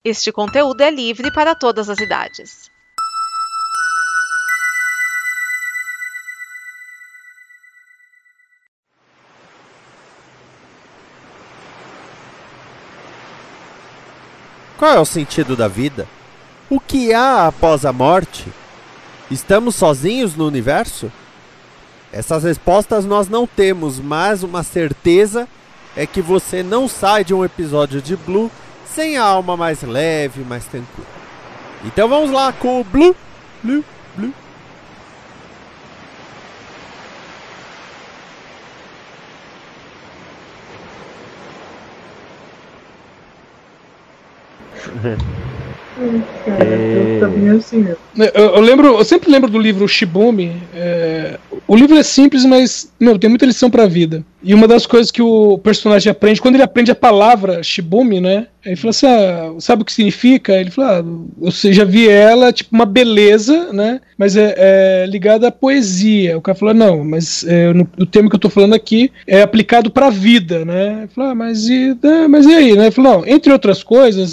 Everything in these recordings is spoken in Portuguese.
Este conteúdo é livre para todas as idades. Qual é o sentido da vida? O que há após a morte? Estamos sozinhos no universo? Essas respostas nós não temos, mas uma certeza é que você não sai de um episódio de Blue sem a alma mais leve, mais tranquila. Então vamos lá com o Blue. Eu também assim mesmo. Eu sempre lembro do livro Shibumi. O livro é simples, mas tem muita lição pra vida. E uma das coisas que o personagem aprende, quando ele aprende a palavra Shibumi, né? Ele fala assim, sabe o que significa? Ele fala, eu já vi ela, tipo uma beleza, né? Mas é ligada à poesia. O cara falou, não, mas o termo que eu tô falando aqui é aplicado pra vida, né? Ele falou, mas e aí, né? Ele falou, não, entre outras coisas,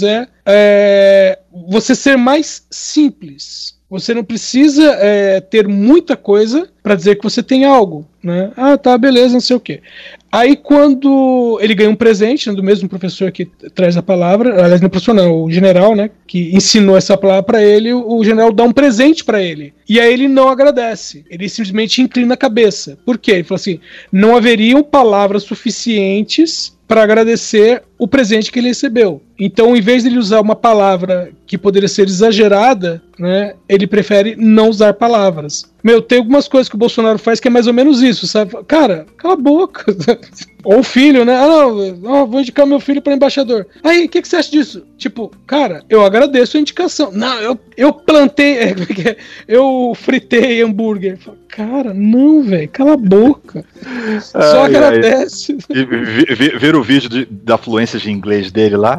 você ser mais simples. Você não precisa ter muita coisa para dizer que você tem algo, né? Ah, tá, beleza, não sei o quê. Aí quando ele ganha um presente, né, do mesmo professor que traz a palavra, aliás, não é professor não, o general, né, que ensinou essa palavra para ele, o general dá um presente para ele. E aí ele não agradece, ele simplesmente inclina a cabeça. Por quê? Ele falou assim, não haveriam palavras suficientes para agradecer o presente que ele recebeu. Então, em vez de ele usar uma palavra que poderia ser exagerada, né, ele prefere não usar palavras. Tem algumas coisas que o Bolsonaro faz que é mais ou menos isso, sabe? Cara, cala a boca. Ou o filho, né? Vou indicar meu filho para embaixador. Aí, o que você acha disso? Tipo, cara, eu agradeço a indicação. Não, eu plantei, eu fritei hambúrguer. Cara, não, velho, cala a boca. Só agradece. Ver o vídeo da fluência de inglês dele lá?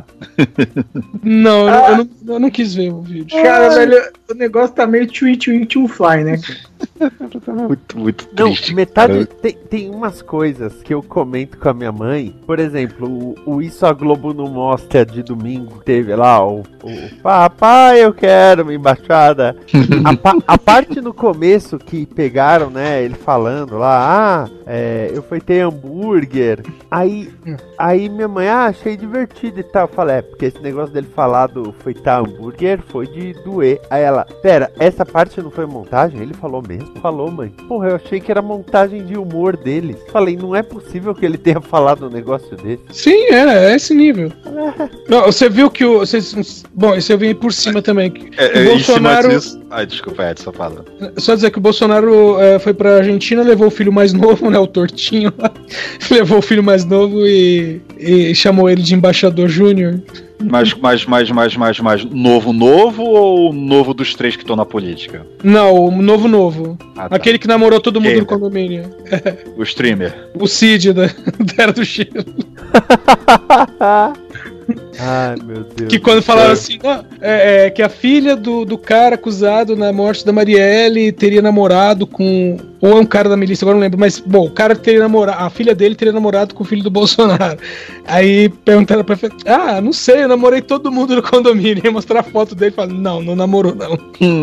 Não, eu não quis ver o vídeo. Cara, velho, o negócio tá meio too fly, né? Muito triste. Não, metade tem umas coisas que eu comento com a minha mãe. Por exemplo, o Isso a Globo não mostra de domingo. Teve lá o papai, eu quero uma embaixada. A parte no começo que pegaram, né, ele falando lá, eu fui ter hambúrguer. Aí minha mãe, achei divertido e tal. Eu falei, porque esse negócio dele falar do fritar hambúrguer foi de doer. Aí ela, pera, essa parte não foi montagem? Ele falou mesmo? Falou, mãe. Porra, eu achei que era montagem de humor deles. Falei, não é possível que ele tenha falado um negócio desse. Sim, é esse nível. Não, você viu que bom, isso eu vim por cima também. O Bolsonaro... desculpa, Edson, fala. Só dizer que o Bolsonaro foi pra Argentina, levou o filho mais novo, né, o Tortinho lá. Levou o filho mais novo e chamou ele de embaixador júnior. Mas novo ou novo dos três que estão na política? Não, o novo. Ah, tá. Aquele que namorou todo mundo no condomínio. O streamer. O Cid da Era do Chile. Ai, meu Deus. Que quando falaram assim, que a filha do cara acusado na morte da Marielle teria namorado com... Ou é um cara da milícia, agora não lembro. Mas, bom, o cara teria namorado... A filha dele teria namorado com o filho do Bolsonaro. Aí perguntaram pra ela, não sei, eu namorei todo mundo no condomínio. Ia mostrar a foto dele e falar, não namorou, não.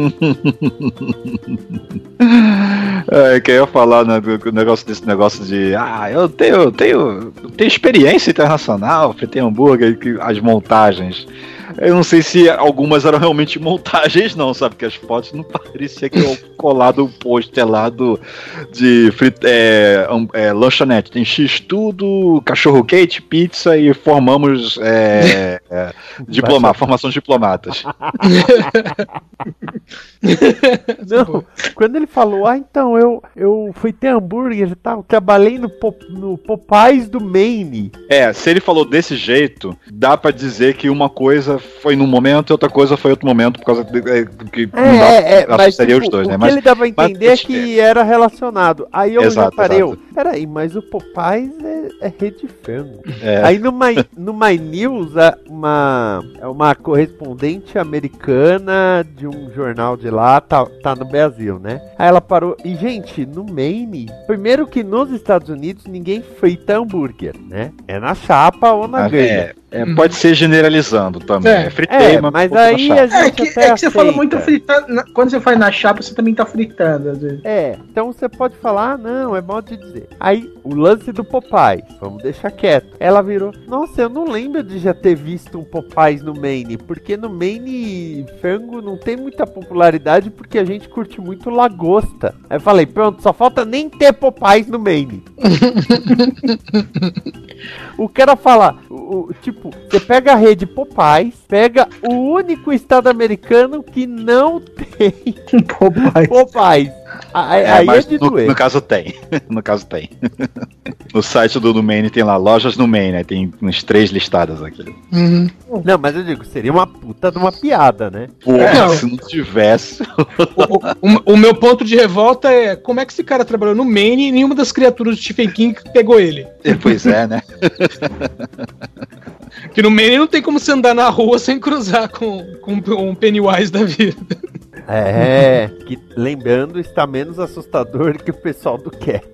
Que eu ia falar, né, desse negócio de eu tenho experiência internacional, fritei hambúrguer, as montagens. Eu não sei se algumas eram realmente montagens, não, sabe? Porque as fotos não parecia que eu colado o pôster lá de lanchonete. Tem X-tudo, cachorro quente, pizza e formamos formação de diplomatas. Não, quando ele falou, então eu fui ter hambúrguer e tal, trabalhei no Popeyes do Maine. Se ele falou desse jeito, dá pra dizer que uma coisa foi num momento e outra coisa foi outro momento, por causa que mas seria os dois, né? O que ele dava a entender que era relacionado. Aí eu já parei, peraí, mas o Popeyes é rede de frango. Aí no My News, uma correspondente americana de um jornal de lá tá no Brasil, né? Aí ela parou, e gente, no Maine, primeiro que nos Estados Unidos ninguém frita hambúrguer, né? É na chapa ou na grelha. Pode ser generalizando também. também. Fritei, mas ponta na aí chapa. a gente É que você fala muito fritar. fritar. Quando você faz na chapa, você também tá fritando, às vezes. Então você pode falar, não, é modo de dizer. Aí, o lance do Popeye, vamos deixar quieto. Ela virou, nossa, eu não lembro de já ter visto um Popeyes no Maine, porque no Maine, frango não tem muita popularidade, porque a gente curte muito lagosta. Aí eu falei, pronto, só falta nem ter Popeyes no Maine. O cara fala, tipo, você pega a rede Popeyes, pega o único estado americano que não tem Popeyes. Aí mas de no doer. caso tem. No caso tem. No site do Maine tem lá, lojas no Maine, aí tem uns 3 listadas aqui. Não, mas eu digo, seria uma puta de uma piada, né? Porra, se não tivesse. O meu ponto de revolta é como é que esse cara trabalhou no Maine e nenhuma das criaturas do Stephen King pegou ele. Pois é, né? Que no Maine não tem como você andar na rua sem cruzar com um Pennywise da vida. Que lembrando, está menos assustador que o pessoal do Cat.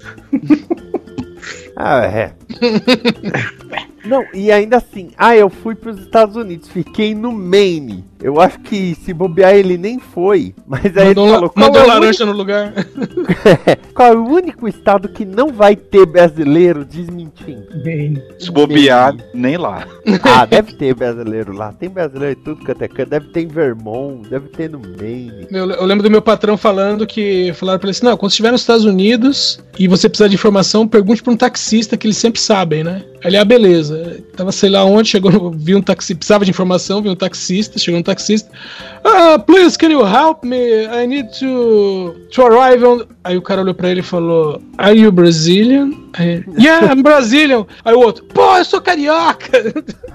Não, e ainda assim, eu fui para os Estados Unidos, fiquei no Maine. Eu acho que se bobear ele nem foi, mas aí ele falou... Mandou laranja no lugar. Qual é o único estado que não vai ter brasileiro desmentindo? Se bobear, nem lá. Deve ter brasileiro lá. Tem brasileiro em tudo quanto é canto. Deve ter em Vermont, deve ter no Maine. Eu lembro do meu patrão falando que... Falaram pra ele assim, não, quando você estiver nos Estados Unidos e você precisar de informação, pergunte pra um taxista que eles sempre sabem, né? Aí ele, beleza. Tava sei lá onde, chegou, vi um taxista, precisava de informação, vi um taxista, chegou um taxista. Please, can you help me? I need to arrive on... Aí o cara olhou pra ele e falou, are you Brazilian? Aí, yeah, I'm Brazilian. Aí o outro, pô, eu sou carioca.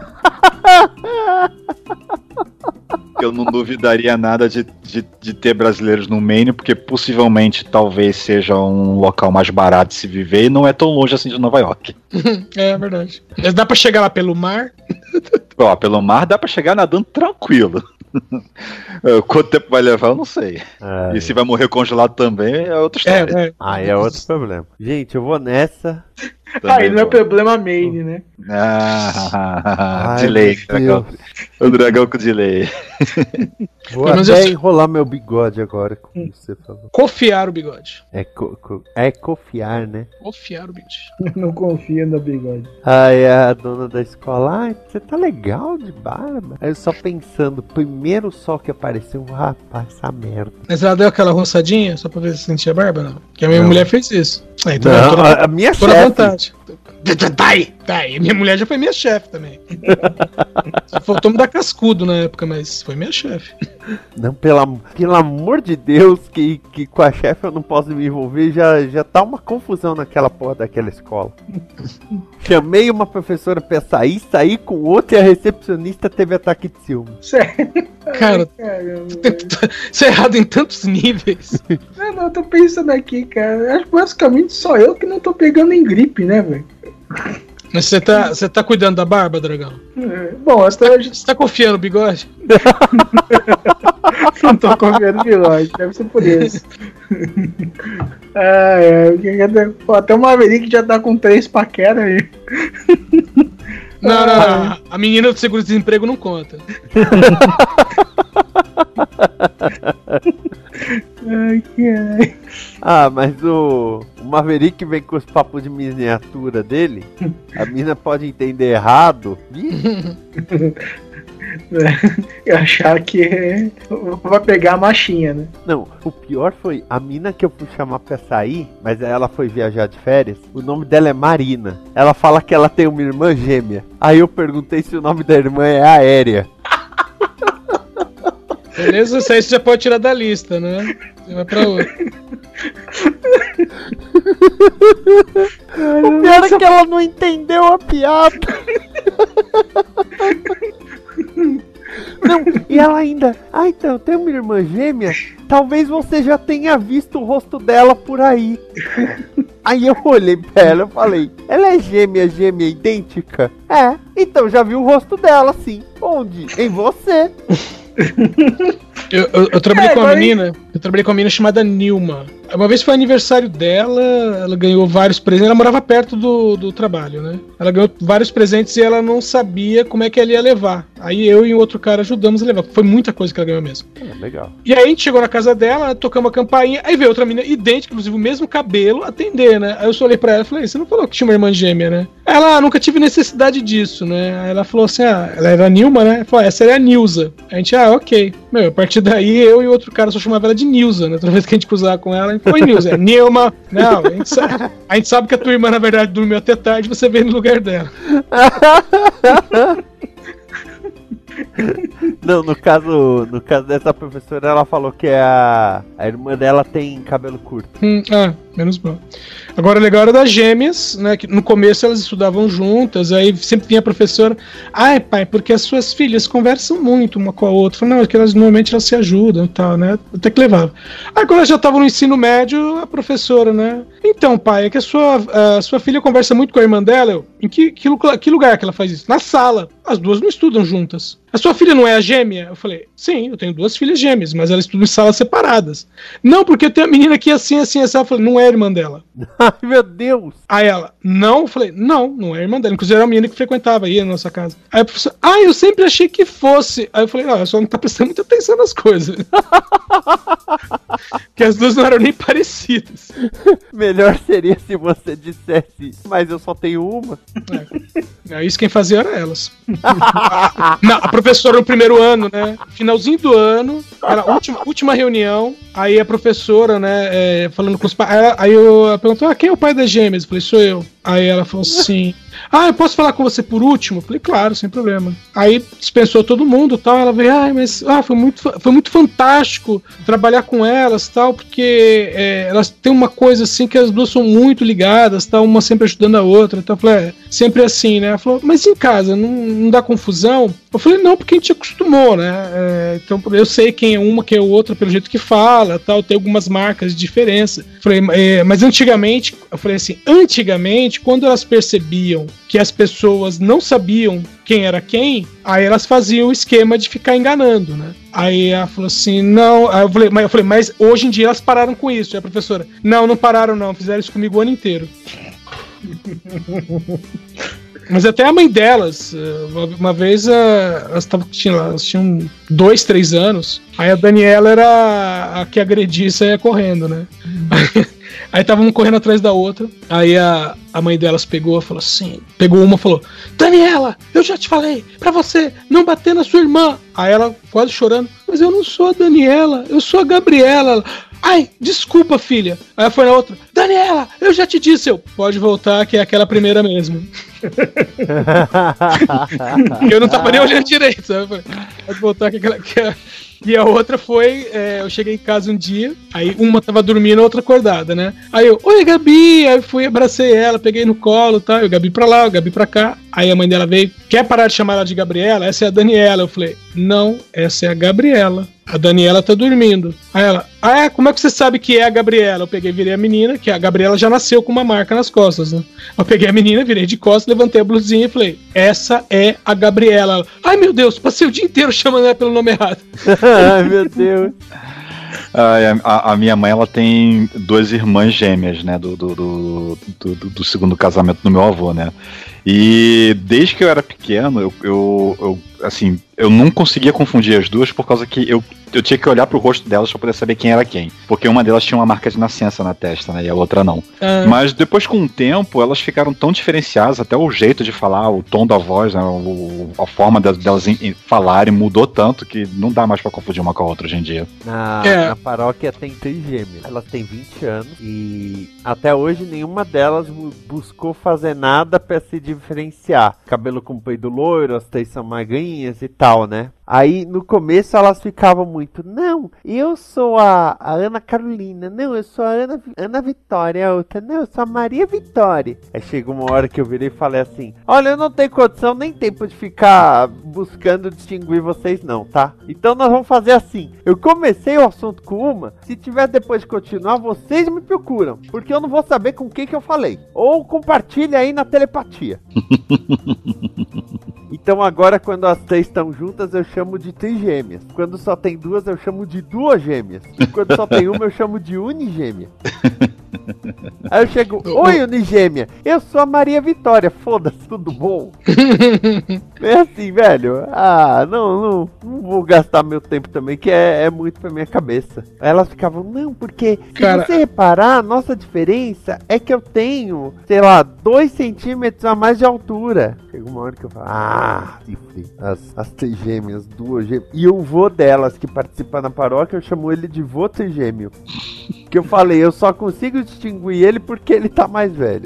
Eu não duvidaria nada de ter brasileiros no Maine, porque possivelmente talvez seja um local mais barato de se viver e não é tão longe assim de Nova York. É verdade. Mas dá pra chegar lá pelo mar? Pelo mar dá pra chegar nadando tranquilo. Quanto tempo vai levar, eu não sei. E se vai morrer congelado também, é outra história. É outro problema. Gente, eu vou nessa. Aí não é problema Maine, né? Delay, dragão. O dragão com delay. Vou até enrolar meu bigode agora, como você falou. Cofiar o bigode. É cofiar, né? Cofiar o bigode. Não confia no bigode. Aí a dona da escola, você tá legal de barba. Aí eu só pensando, primeiro sol que apareceu, rapaz, essa merda. Mas ela deu aquela roçadinha só pra ver se sentia barba, não? Porque a minha mulher fez isso. Então a minha chefe. Tá, e minha mulher já foi minha chefe também. Só faltou me dar cascudo na época, mas foi minha chefe. Não, pelo amor de Deus, que com a chefe eu não posso me envolver, já tá uma confusão naquela porra daquela escola. Chamei uma professora pra sair com outra e a recepcionista teve ataque de ciúme. Sério? Cara, isso é errado em tantos níveis. Não, eu tô pensando aqui, cara. Acho que basicamente só eu que não tô pegando em gripe, né, velho? Mas você tá cuidando da barba, dragão? Bom, você tá confiando no bigode? Não tô confiando no bigode, deve ser por isso. Até o Maverick já tá com 3 paqueras aí. Não, a menina do seguro-desemprego não conta. Mas o Maverick vem com os papos de miniatura dele. A mina pode entender errado. E achar que vai pegar a machinha, né? Não, o pior foi a mina que eu fui chamar pra sair, mas ela foi viajar de férias. O nome dela é Marina. Ela fala que ela tem uma irmã gêmea. Aí eu perguntei se o nome da irmã é Aérea. Beleza, isso aí você já pode tirar da lista, né? Você vai pra outra. O pior é que ela não entendeu a piada. Não, e ela ainda... então, tem uma irmã gêmea? Talvez você já tenha visto o rosto dela por aí. Aí eu olhei pra ela e falei, ela é gêmea idêntica? Então já vi o rosto dela, sim. Onde? Em você. Eu trabalhei com uma menina Eu trabalhei com uma menina chamada Nilma. Uma vez foi aniversário dela, ela ganhou vários presentes. Ela morava perto do trabalho, né? Ela ganhou vários presentes e ela não sabia como é que ela ia levar. Aí eu e um outro cara ajudamos a levar. Foi muita coisa que ela ganhou mesmo. Legal. E aí a gente chegou na casa dela, tocamos a campainha, aí veio outra menina idêntica, inclusive o mesmo cabelo, atender, né? Aí eu só olhei pra ela e falei, você não falou que tinha uma irmã gêmea, né? Ela, nunca tive necessidade disso, né? Aí ela falou assim, ela era a Nilma, né? Ela falou, essa era a Nilza. A gente, ok. Meu, a partir daí eu e outro cara só chamava ela de Nilza, né? Toda vez que a gente cruzava com ela, a gente foi Nilza, é Nilma. Não, a gente sabe que a tua irmã, na verdade, dormiu até tarde, você veio no lugar dela. Não, no caso dessa professora, ela falou que a irmã dela tem cabelo curto. Menos mal. Agora, o legal era das gêmeas, né? Que no começo elas estudavam juntas, aí sempre vinha a professora. Ai, pai, porque as suas filhas conversam muito uma com a outra. Falei, não, é que normalmente elas se ajudam e tal, né? Até que levava. Aí quando elas já estavam no ensino médio, a professora, né? Então, pai, é que a sua filha conversa muito com a irmã dela. Eu, em que lugar que ela faz isso? Na sala. As duas não estudam juntas. A sua filha não é a gêmea? Eu falei, sim, eu tenho 2 filhas gêmeas, mas elas estudam em salas separadas. Não, porque eu tenho a menina aqui assim. Eu falei, não é a irmã dela. Ai, meu Deus. Aí ela, não? Eu falei, não é a irmã dela. Inclusive era a menina que frequentava aí na nossa casa. Aí a professora, eu sempre achei que fosse. Aí eu falei, não, ela só não tá prestando muita atenção nas coisas. Porque as duas não eram nem parecidas. Melhor seria se você dissesse, mas eu só tenho uma. Isso quem fazia era elas. Não, a professora no primeiro ano, né? Finalzinho do ano, era a última reunião. Aí a professora, né, falando com os pais. Aí ela perguntou, quem é o pai das gêmeas? Eu falei, sou eu. Aí ela falou assim, eu posso falar com você por último? Eu falei, claro, sem problema. Aí dispensou todo mundo, tal. Ela veio, mas foi muito fantástico trabalhar com elas, tal, porque elas têm uma coisa assim que as duas são muito ligadas, tal, uma sempre ajudando a outra. Então eu falei, sempre assim, né? Ela falou, mas em casa não dá confusão? Eu falei, não, porque a gente acostumou, né? Então eu sei quem é uma, quem é outra, pelo jeito que fala, tal, tem algumas marcas de diferença. Eu falei, mas antigamente, quando elas percebiam que as pessoas não sabiam quem era quem, aí elas faziam o esquema de ficar enganando, né? Aí ela falou assim, não. Aí eu falei, mas hoje em dia elas pararam com isso. Aí a professora, não pararam não, fizeram isso comigo o ano inteiro. Mas até a mãe delas, uma vez elas tinham 2, 3 anos. Aí a Daniela era a que agredia e saía correndo, né? Aí estavam correndo atrás da outra. Aí a mãe delas pegou uma e falou, Daniela, eu já te falei pra você não bater na sua irmã. Aí ela quase chorando, mas eu não sou a Daniela, eu sou a Gabriela. Ela, ai, desculpa, filha. Aí foi na outra, Daniela, eu já te disse. Pode voltar, que é aquela primeira mesmo. Eu não tava nem olhando direito, sabe? Pode voltar, que é aquela. E a outra foi, eu cheguei em casa um dia, aí uma tava dormindo, a outra acordada, né? Aí eu, oi, Gabi! Aí fui, abracei ela, peguei no colo, tá? Eu, Gabi pra lá, o Gabi pra cá. Aí a mãe dela veio, quer parar de chamar ela de Gabriela? Essa é a Daniela. Eu falei, não, essa é a Gabriela. A Daniela tá dormindo. Aí ela, como é que você sabe que é a Gabriela? Eu peguei, virei a menina, que a Gabriela já nasceu com uma marca nas costas, né? Eu peguei a menina, virei de costas, levantei a blusinha e falei, essa é a Gabriela. Ela, ai, meu Deus, passei o dia inteiro chamando ela pelo nome errado. Ai, meu Deus. A minha mãe, ela tem 2 irmãs gêmeas, né, do segundo casamento do meu avô, né, e desde que eu era pequeno, eu não conseguia confundir as duas por causa que eu tinha que olhar pro rosto delas pra poder saber quem era quem. Porque uma delas tinha uma marca de nascença na testa, né? E a outra não. Mas depois, com o tempo, elas ficaram tão diferenciadas, até o jeito de falar, o tom da voz, né? A forma delas falarem mudou tanto que não dá mais pra confundir uma com a outra hoje em dia. Na paróquia tem 3 gêmeas. Elas têm 20 anos e até hoje nenhuma delas buscou fazer nada pra se diferenciar. Cabelo comprido loiro, as 3 são magrinhas e tal, né? Aí no começo elas ficavam muito, não, eu sou a Ana Carolina, não, eu sou a Ana Vitória, a outra, não, eu sou a Maria Vitória. Aí chegou uma hora que eu virei e falei assim, olha, eu não tenho condição nem tempo de ficar buscando distinguir vocês não, tá? Então nós vamos fazer assim, eu comecei o assunto com uma, se tiver depois de continuar, vocês me procuram, porque eu não vou saber com quem que eu falei. Ou compartilha aí na telepatia. Então agora quando as 3 estão juntas eu chamo de trigêmeas. Quando só tem 2 eu chamo de duas gêmeas. E quando só tem uma eu chamo de unigêmea. Aí eu chego, oi unigêmea, eu sou a Maria Vitória, foda-se, tudo bom? É assim, velho, não vou gastar meu tempo também, que é muito pra minha cabeça. Aí elas ficavam, não, porque se você reparar, a nossa diferença é que eu tenho, sei lá, 2 centímetros a mais de altura. Chega uma hora que eu falo, as trigêmeas, 2 gêmeas. E o vô delas, que participa na paróquia, eu chamo ele de vô trigêmeo. Que eu falei, eu só consigo distinguir ele porque ele tá mais velho.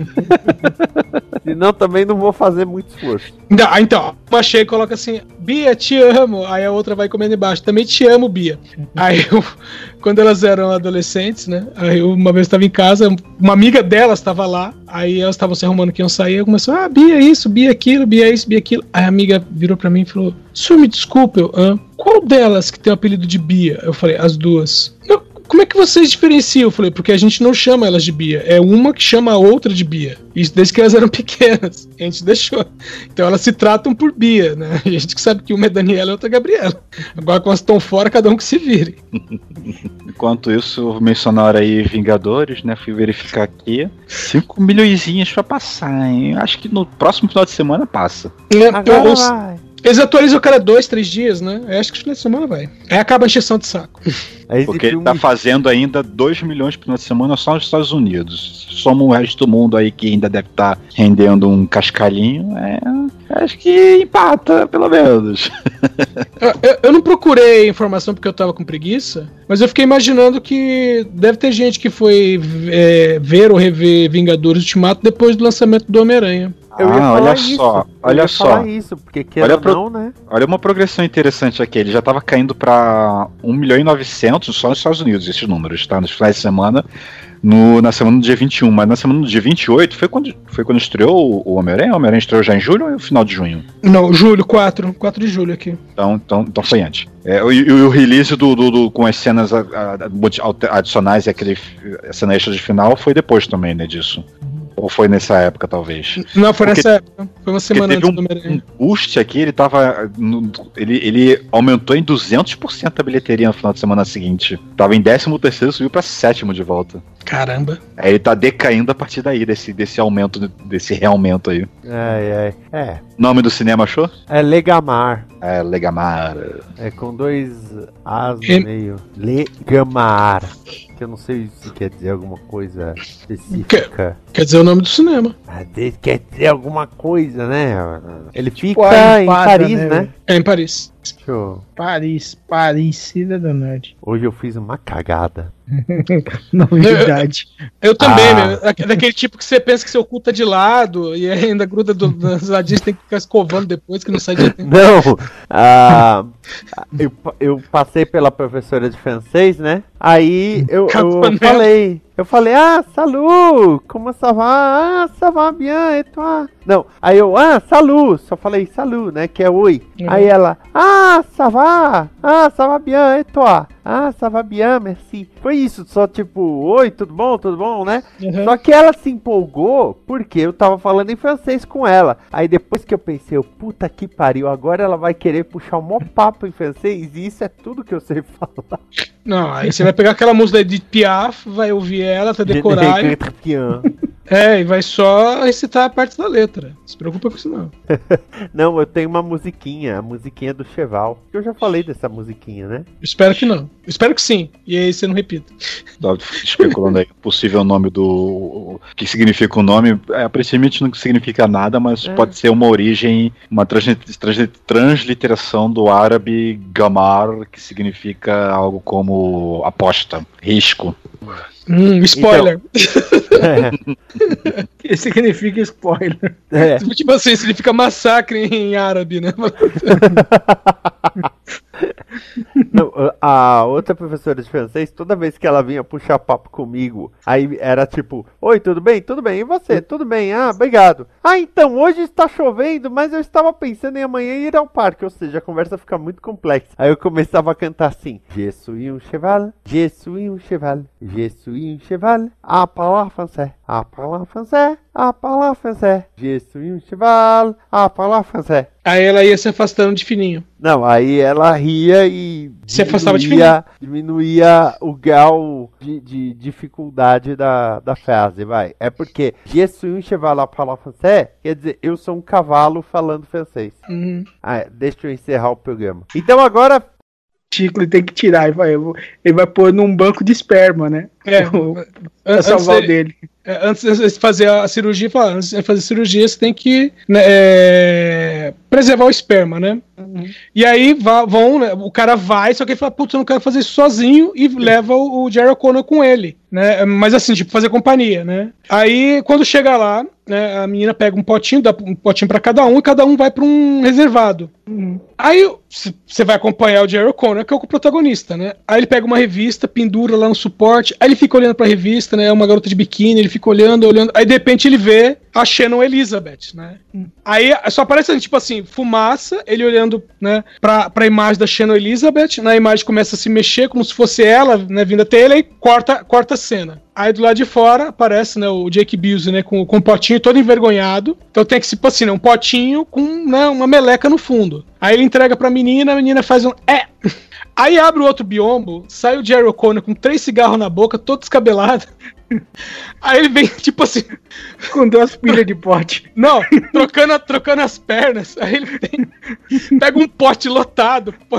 Senão também não vou fazer muito esforço. Então, uma cheia e coloca assim, Bia, te amo. Aí a outra vai comendo embaixo, também te amo, Bia. Aí quando elas eram adolescentes, né? Aí uma vez eu estava em casa, uma amiga delas estava lá, aí elas estavam se arrumando que iam sair, eu comecei, Bia isso, Bia aquilo, Bia isso, Bia aquilo. Aí a amiga virou pra mim e falou, senhor me desculpa, qual delas que tem o apelido de Bia? Eu falei, as 2. Não. Como é que vocês diferenciam? Eu falei, porque a gente não chama elas de Bia. É uma que chama a outra de Bia. Isso desde que elas eram pequenas. A gente deixou. Então elas se tratam por Bia, né? A gente que sabe que uma é Daniela e outra é Gabriela. Agora quando elas estão fora, cada um que se vire. Enquanto isso, mencionaram aí Vingadores, né? Fui verificar aqui. 5 milhõezinhos pra passar, hein? Acho que no próximo final de semana passa. Agora vai. Eles atualizam cada 2, 3 dias, né? Eu acho que no final de semana vai. Aí acaba a encheção de saco. Porque ele tá fazendo ainda 2 milhões por final de semana só nos Estados Unidos. Soma o resto do mundo aí que ainda deve estar rendendo um cascalhinho. Acho que empata, pelo menos. Eu não procurei informação porque eu tava com preguiça, mas eu fiquei imaginando que deve ter gente que foi ver ou rever Vingadores Ultimato depois do lançamento do Homem-Aranha. Eu ia falar olha isso. só, olha só. Falar isso, porque queira ou não, né? Olha uma progressão interessante aqui. Ele já estava caindo para 1.900.000 só nos Estados Unidos, esses números, tá? Nos finais de semana, na semana do dia 21. Mas na semana do dia 28 foi quando estreou o Homem-Aranha? O Homem-Aranha estreou já em julho ou no final de junho? Não, julho, 4 de julho aqui. Então foi antes. E o release com as cenas adicionais e a cena extra de final foi depois também, né, disso. Ou foi nessa época, talvez? Não, foi nessa época. Foi uma semana antes do Homem-Aranha. Um boost aqui, ele aumentou em 200% a bilheteria no final de semana seguinte. Tava em 13º, subiu pra 7º de volta. Caramba. Aí ele tá decaindo a partir daí, desse aumento, desse realmente aí. Nome do cinema, achou? É Legamar. É Legamar. É com 2 As no meio. Legamar. Que eu não sei se quer dizer alguma coisa específica. Quer dizer o nome do cinema. Quer dizer alguma coisa, né? Ele Tipo fica em Paris, né? É em Paris. Show. Paris, Cidade do Norte. Hoje eu fiz uma cagada. Novidade. Eu também, meu. Daquele tipo que você pensa que seu cu tá de lado e ainda gruda das ladinhas, tem que ficar escovando depois que não sai de tempo. Não! Eu passei pela professora de francês, né? Aí eu falei, salut, como ça va? Ça va bien, et toi? Não, aí eu, salut, só falei salut, né, que é oi. Aí ela, ça va bien, et toi? Ça va bien, merci. Foi isso, só tipo, oi, tudo bom, né? Só que ela se empolgou porque eu tava falando em francês com ela. Aí depois que eu pensei, puta que pariu, agora ela vai querer puxar um maior papo em francês e isso é tudo que eu sei falar. Não, aí você vai pegar aquela música de Piaf, vai ouvir ela, até decorar. E vai só recitar a parte da letra. Não se preocupa com isso, não. Não, eu tenho uma musiquinha, a musiquinha do Cheval. Eu já falei dessa musiquinha, né? Espero que não. Espero que sim. E aí você não repita. Especulando aí o possível nome do... que significa o nome. Aparentemente não significa nada, mas pode ser uma origem, uma transliteração do árabe gamar, que significa algo como aposta, risco. Spoiler. Então, que significa spoiler? Tipo assim, significa massacre em árabe, né? Não, a outra professora de francês, toda vez que ela vinha puxar papo comigo, aí era tipo, oi, tudo bem? Tudo bem, e você? Tudo bem, obrigado. Então, hoje está chovendo, mas eu estava pensando em amanhã ir ao parque, ou seja, a conversa fica muito complexa. Aí eu começava a cantar assim, je suis un cheval, je suis un cheval, je suis un cheval, à parler français, a parlar français. Je suis un cheval, a parlar français. Aí ela ia se afastando de fininho. Não, aí ela ria e Se afastava de diminuía o grau de dificuldade da frase, vai. É porque je suis un cheval à parler français quer dizer, eu sou um cavalo falando francês. Uhum. Deixa eu encerrar o programa. Então agora... Chico ele tem que tirar, ele vai pôr num banco de esperma, né? Pra salvar o dele. Antes de fazer a cirurgia, antes de fazer a cirurgia, você tem que preservar o esperma, né? Uhum. E aí né, o cara vai, só que ele fala, putz, eu não quero fazer isso sozinho, e leva o Jerry O'Connor com ele, né? Mas assim, tipo, fazer companhia, né? Aí, quando chega lá, né, a menina pega um potinho, dá um potinho pra cada um, e cada um vai pra um reservado. Uhum. Aí, você vai acompanhar o Jerry O'Connor, que é o protagonista, né? Aí ele pega uma revista, pendura lá no suporte, aí ele fica olhando pra revista, né? É uma garota de biquíni, ele fica olhando, aí de repente ele vê a Shannon Elizabeth, né? Aí só aparece, tipo assim, fumaça, ele olhando, né, pra imagem da Shannon Elizabeth, na imagem começa a se mexer como se fosse ela, né, vindo até ele, aí corta a cena. Aí do lado de fora aparece, né, o Jake Busey, né, com um potinho todo envergonhado. Então tem que, tipo assim, né, um potinho com, né, uma meleca no fundo. Aí ele entrega pra menina, a menina faz um Aí abre o outro biombo, sai o Jerry O'Connor com 3 cigarros na boca, todo descabelado. Aí ele vem, tipo assim... Com 2 pilhas de pote. Não, trocando as pernas. Aí ele pega um pote lotado, põe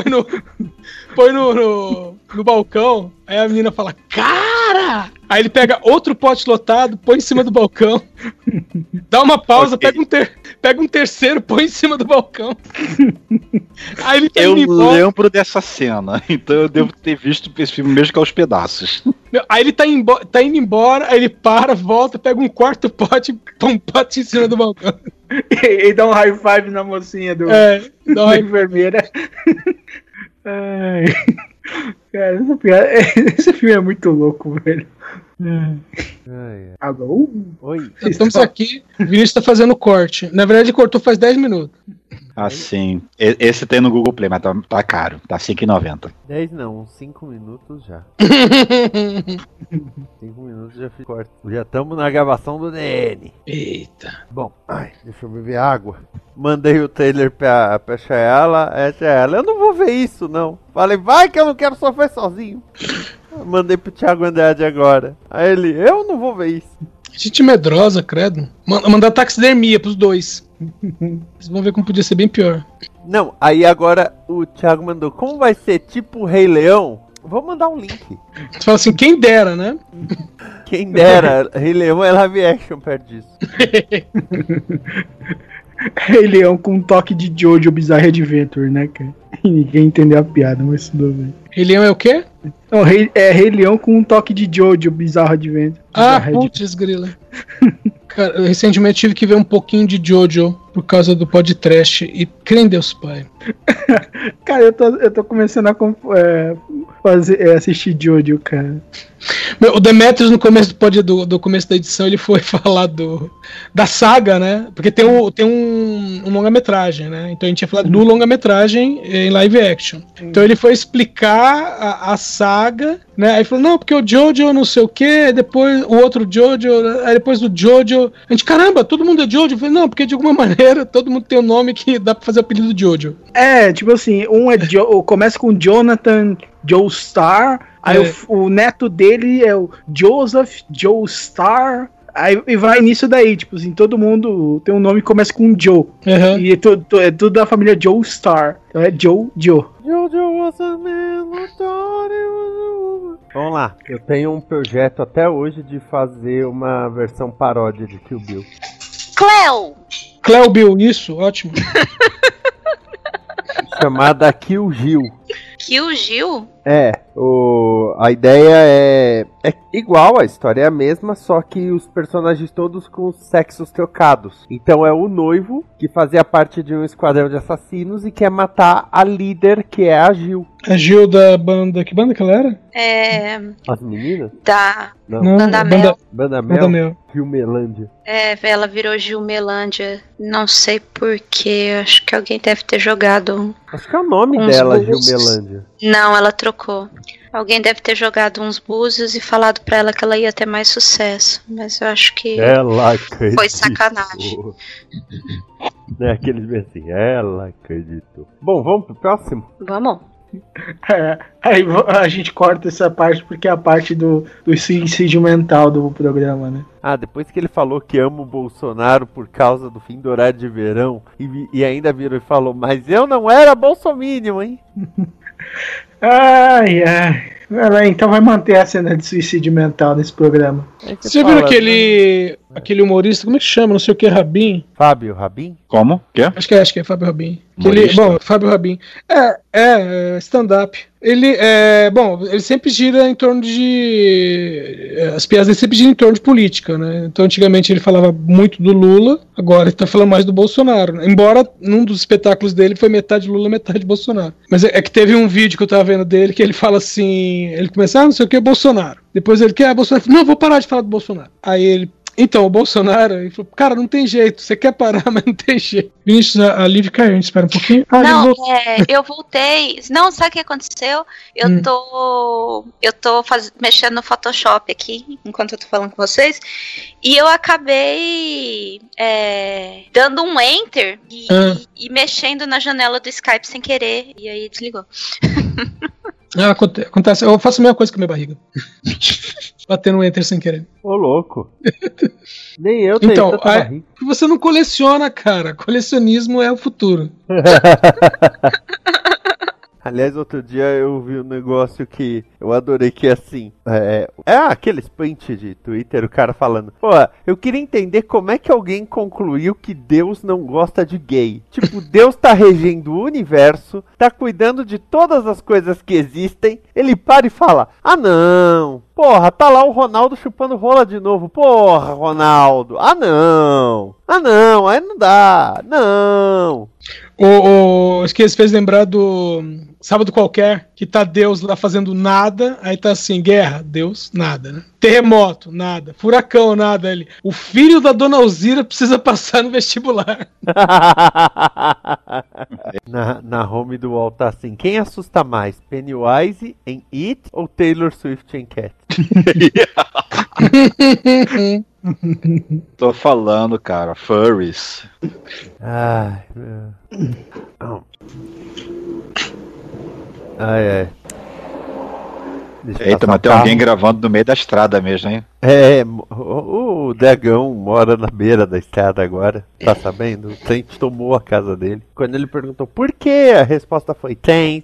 no balcão. Aí a menina fala, cara! Aí ele pega outro pote lotado, põe em cima do balcão. Dá uma pausa, okay. Pega um terceiro, põe em cima do balcão. Aí ele eu lembro dessa cena, então eu devo ter visto esse filme mesmo que aos pedaços. Aí ele tá indo embora, aí ele para, volta, pega um quarto pote, põe um pote em cima do balcão. E dá um high five na mocinha da enfermeira. Ai. Cara, esse filme é muito louco, velho. Alô? Oi. Estamos aqui, o Vinícius tá fazendo corte. Na verdade, ele cortou faz 10 minutos. Ah, sim. Esse tem no Google Play, mas tá caro. Tá R$5,90. 10 não, uns 5 minutos já. 5 minutos já fiz corte. Já estamos na gravação do DN. Eita. Bom, deixa eu beber água. Mandei o trailer pra Chayala. Eu não vou ver isso, não. Falei, vai que eu não quero sofrer sozinho. Mandei pro Thiago Andrade agora. Aí ele, eu não vou ver isso. Gente medrosa, credo. Mandar taxidermia pros dois. Vocês vão ver como podia ser bem pior. Não, aí agora o Thiago mandou, como vai ser tipo o Rei Leão? Vou mandar um link. Você fala assim, quem dera, né? Quem dera, Rei Leão é live action perto disso. Rei Leão com um toque de Jojo Bizarre Adventure, né, cara? E ninguém entendeu a piada, mas tudo bem. Rei Leão é o quê? Não, Rei Leão com um toque de Jojo Bizarre Adventure. Putz, grila. Cara, eu recentemente tive que ver um pouquinho de Jojo por causa do podcast e crê em Deus Pai. Cara, eu tô começando a assistir Jojo, cara. O Demetrius no começo do começo da edição ele foi falar da saga, né? Porque tem um longa-metragem, né? Então a gente ia falar do longa-metragem em live action. Então ele foi explicar a saga, né? Aí falou, não, porque o Jojo não sei o que, depois o outro Jojo, aí depois do Jojo. A gente, caramba, todo mundo é Jojo? Eu falei, não, porque de alguma maneira todo mundo tem um nome que dá pra fazer o apelido de Jojo. Tipo assim, começa com Jonathan Joestar, aí o neto dele é o Joseph Joestar, aí e vai nisso daí, tipo assim, todo mundo tem um nome que começa com Joe, e é tudo da família Joestar, então é Jojo. Jojo was a man who thought it was a woman. Vamos lá, eu tenho um projeto até hoje de fazer uma versão paródia de Kill Bill. Cleo Bill, isso, ótimo. Chamada Kill Gil. Kill Gil? A ideia é igual, a história é a mesma, só que os personagens todos com sexos trocados. Então é o noivo que fazia parte de um esquadrão de assassinos e quer matar a líder, que é a Gil. A Gil da banda... Que banda que ela era? As meninas? Não, Banda Mel. Banda Mel? Gilmelândia. Ela virou Gilmelândia. Não sei porquê, acho que alguém deve ter jogado. Acho que é o nome dela, Gilmelândia. Não, ela trocou. Alguém deve ter jogado uns búzios e falado pra ela que ela ia ter mais sucesso. Mas eu acho que foi sacanagem. É aqueles assim, ela acreditou. Bom, vamos pro próximo? Vamos. Aí a gente corta essa parte porque é a parte do suicídio mental do programa, né? Depois que ele falou que ama o Bolsonaro por causa do fim do horário de verão e ainda virou e falou, mas eu não era bolsominion, hein? Ai. Então vai manter a cena de suicídio mental nesse programa. Você viu aquele humorista, como é que chama? Não sei o que, Rabin? Fábio Rabin? Como? Que? Acho que é Fábio Rabin. Fábio Rabin. Stand-up. Ele sempre gira em torno de... As piadas dele sempre giram em torno de política, né? Então antigamente ele falava muito do Lula, agora ele tá falando mais do Bolsonaro. Embora num dos espetáculos dele foi metade Lula, metade Bolsonaro. Mas é que teve um vídeo que eu tava vendo dele que ele fala assim, ele começa, não sei o que, Bolsonaro. Depois ele quer Bolsonaro. Não, vou parar de falar do Bolsonaro. Aí ele... Então, o Bolsonaro, ele falou, cara, não tem jeito, você quer parar, mas não tem jeito. Vinícius, a Liv caiu, a gente espera um pouquinho. Eu voltei. Não, sabe o que aconteceu? Eu tô mexendo no Photoshop aqui, enquanto eu tô falando com vocês, e eu acabei dando um Enter e mexendo na janela do Skype sem querer, e aí desligou. Acontece, eu faço a mesma coisa com a minha barriga. Batendo um Enter sem querer. Ô, louco. Nem eu tenho tanta barriga. Você não coleciona, cara. Colecionismo é o futuro. Aliás, outro dia eu vi um negócio que eu adorei, que é assim, aqueles print de Twitter, o cara falando, pô, eu queria entender como é que alguém concluiu que Deus não gosta de gay. Tipo, Deus tá regendo o universo, tá cuidando de todas as coisas que existem, ele para e fala, não, porra, tá lá o Ronaldo chupando rola de novo, porra, Ronaldo, não, aí não dá, não. Acho que eles fez lembrar do Sábado Qualquer, que tá Deus lá fazendo nada, aí tá assim, guerra, Deus, nada, né? Terremoto, nada. Furacão, nada. Ali. O filho da Dona Alzira precisa passar no vestibular. na home do UOL tá assim, quem assusta mais, Pennywise em It ou Taylor Swift em Cat? Tô falando, cara, furries. Ai. Eita, mas tem alguém gravando no meio da estrada mesmo, hein? O Dragão mora na beira da estrada agora, tá sabendo? O Trent tomou a casa dele. Quando ele perguntou por quê, a resposta foi Trent.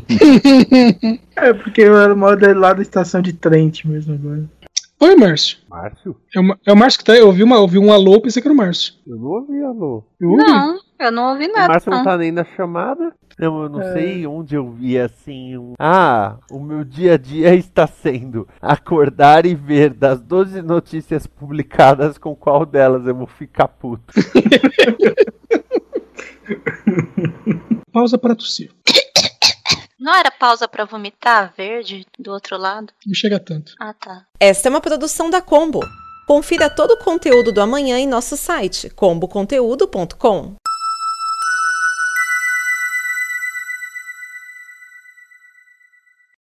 Porque eu moro lá da estação de Trent mesmo agora. Oi, Márcio. Márcio? É o Márcio que tá aí. Eu ouvi um alô, pensei que era o Márcio. Eu não ouvi alô. Não, eu não ouvi nada. O Márcio não tá nem na chamada. Não, eu não sei onde eu vi assim o meu dia a dia está sendo acordar e ver das 12 notícias publicadas com qual delas eu vou ficar puto. Pausa para tossir. Não era pausa pra vomitar verde do outro lado? Não chega tanto. Ah, tá. Esta é uma produção da Combo. Confira todo o conteúdo do Amanhã em nosso site comboconteúdo.com.